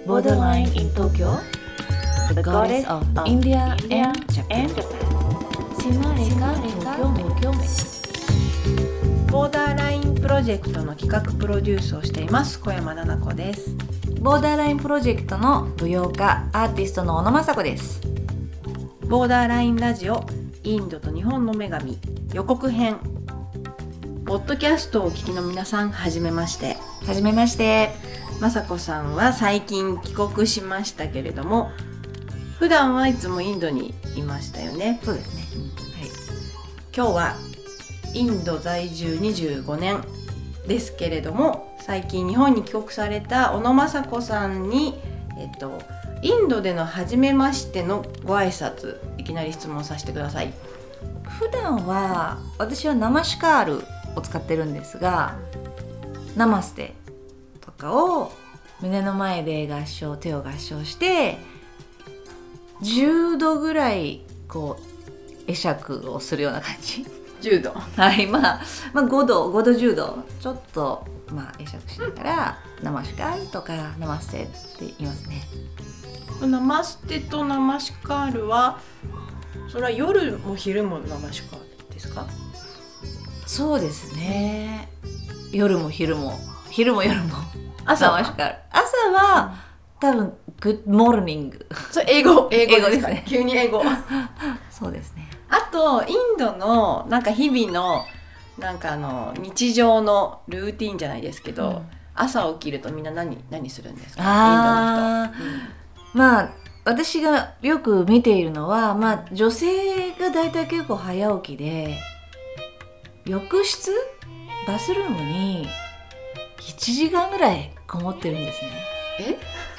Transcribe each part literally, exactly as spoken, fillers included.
Borderline in Tokyo, the goddess of India and Japan. 島レカ東京メボーダーラインプロジェクトの企画プロデュースをしています小山奈々子です。 ボーダーラインプロジェクトの舞踊家アーティストの小野雅子です。 ボーダーラインラジオインドと日本の女神予告編。ポッドキャストをお聞きの皆さん、はじめましてはじめまして。 雅子さんは最近帰国しましたけれども、普段はいつもインドにいましたよね。 そうですね、 はい、今日はインド在住にじゅうごねんですけれども、最近日本に帰国された小野雅子さんに、えっと、インドでの初めましてのご挨拶、いきなり質問させてください。 普段は私はナマシカールを使ってるんですが、ナマステとかを胸の前で合掌、手を合掌してじゅうどぐらいこう会釈をするような感じ。 じゅうど、 はい、まあ、まあごど、ごどじゅうどちょっと、まあ、会釈しながらナマシカールとかナマステって言いますね。 ナマステとナマシカールはそれは夜も昼もナマシカールですか？ そうですね、夜も昼も昼も夜も朝はナマシカール。朝は、うん、多分グッドモーニング。 それ英語英語ですかね。 急に英語そうですね。 あとインドのなんか日々のなんかあの日常のルーティンじゃないですけど、うん、朝起きるとみんな何何するんですか？ あ、 インドの人、うん、 まあ私がよく見ているのは、まあ、女性がだいたい結構早起きで、浴室バスルームにいちじかんぐらいこもってるんですね。 え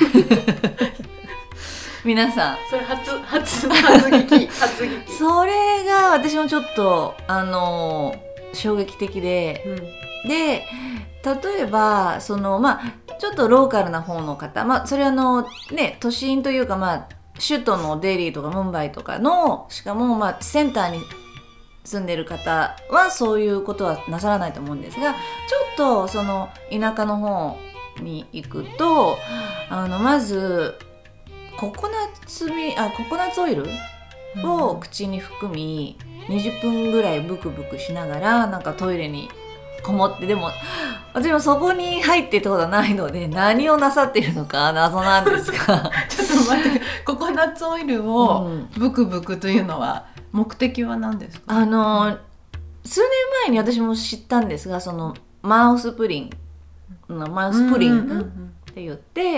皆さんそれ初初初撃初撃それが私もちょっとあの衝撃的で、うん、で例えばそのまあちょっとローカルな方の方、まあそれはあのね都心というか、まあ首都のデリーとかムンバイとかの、しかもまあセンターに住んでる方はそういうことはなさらないと思うんですが、ちょっとその田舎の方に行くと、あのまずココナッツミあココナッツオイルを口に含み、うん、にじゅっぷんぐらいブクブクしながらなんかトイレにこもって、でも私もそこに入っていたことはないので何をなさっているのか謎なんですがちょっと待って、ココナッツオイルをブクブクというのは目的は何ですか？ あの数年前に私も知ったんですが、そのマウスプリンマウスプリングって言って、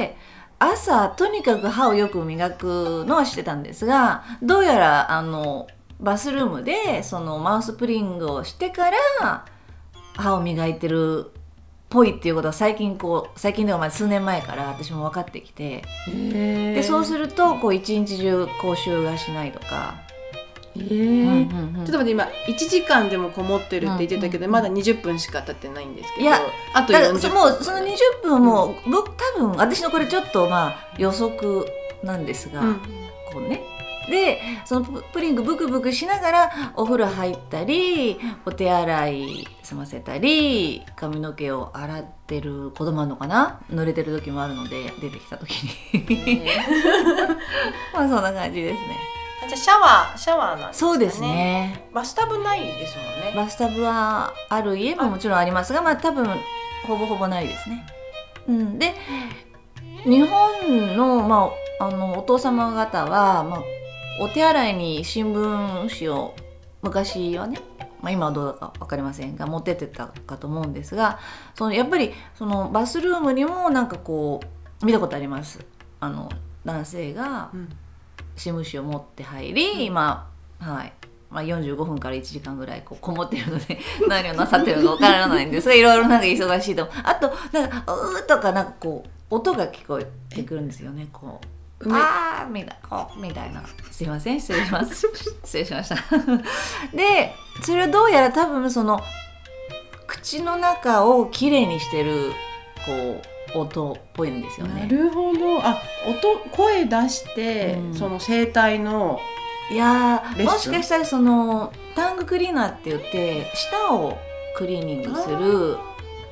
朝とにかく歯をよく磨くのは知ってたんですが、どうやらあのバスルームでそのマウスプリングをしてから歯を磨いてるっぽいっていうことは最近こう最近ではまあ数年前から私も分かってきて、でそうするとこう一日中口臭がしないとか。 えーうんうんうん、ちょっと待って、今いちじかんでもこもってるって言ってたけど、うんうんうん、まだにじゅっぷんしか経ってないんですけど、 いやあとよんじゅっぷん、 もうそのにじゅっぷんも、うん、僕多分私のこれちょっとまあ予測なんですが、うん、こうね、でそのプリングブクブクしながらお風呂入ったりお手洗い済ませたり髪の毛を洗ってる子供あるのかな、濡れてる時もあるので出てきた時にまあそんな感じですね。 じゃあシャワーシャワーなんですかね。 そうですね。 バスタブないですもんね。 バスタブはある家ももちろんありますが、まあ多分ほぼほぼないですね。うん、で日本の、まあ、あのお父様方は、まあ、お手洗いに新聞紙を昔はね、まあ、今はどうだか分かりませんが持ってってたかと思うんですが、そのやっぱりそのバスルームにもなんかこう見たことあります。あの男性が、うん、新聞紙を持って入り、うん、まあはいまあ、よんじゅうごふんからいちじかんぐらいこうこもっているので何をなさっているのかわからないんですが、いろいろなんか忙しいと、あとなんかうーとかなんかこう音が聞こえてくるんですよね。こうあーみたいなみたいな、すいません失礼します失礼しましたでそれはどうやら多分その口の中をきれいにしてるこう音っぽいんですよね。 なるほど。あ、音声出して、うん、その声帯のいやもしかしたらそのタングクリーナーって言って舌をクリーニングする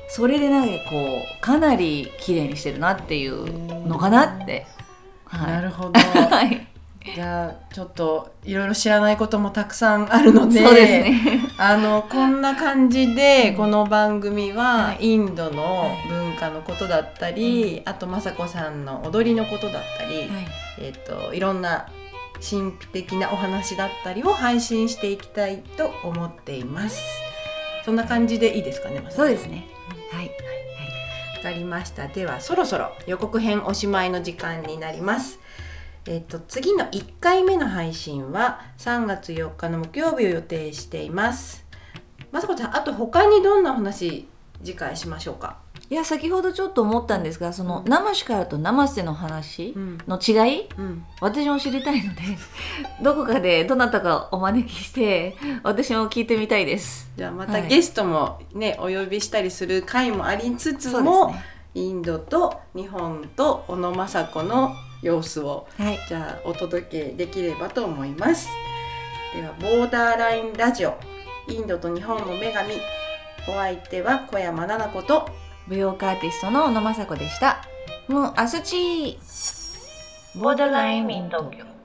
それでなんかこうかなり綺麗にしてるなっていうのかなって、 はい、なるほどはいじゃあちょっといろいろ知らないこともたくさんあるので、 そうですねあのこんな感じでこの番組ははいインドの文化のことだったり、あと雅子さんの踊りのことだったり、 はいえーと、いろんな神秘的なお話だったりを配信していきたいと思っています。そんな感じでいいですかね。 そうですね、はい、はい、 わかりました。ではそろそろ予告編おしまいの時間になります。えっと、次のいっかいめの配信はさんがつよっかの木曜日を予定しています。まさこさん、あと他にどんな話次回しましょうか？ いや先ほどちょっと思ったんですが、そのナマシカラとナマステの話の違い、うんうん、私も知りたいのでどこかでどなたかお招きして私も聞いてみたいです。 じゃあまたゲストもね、はい、お呼びしたりする回もありつつも、ね、インドと日本と小野雅子の様子を、はい、じゃあお届けできればと思います。ではボーダーラインラジオインドと日本の女神、お相手は小山菜々子と舞踊家アーティストの小野雅子でした。もうアスチーボーダーラインイン東京。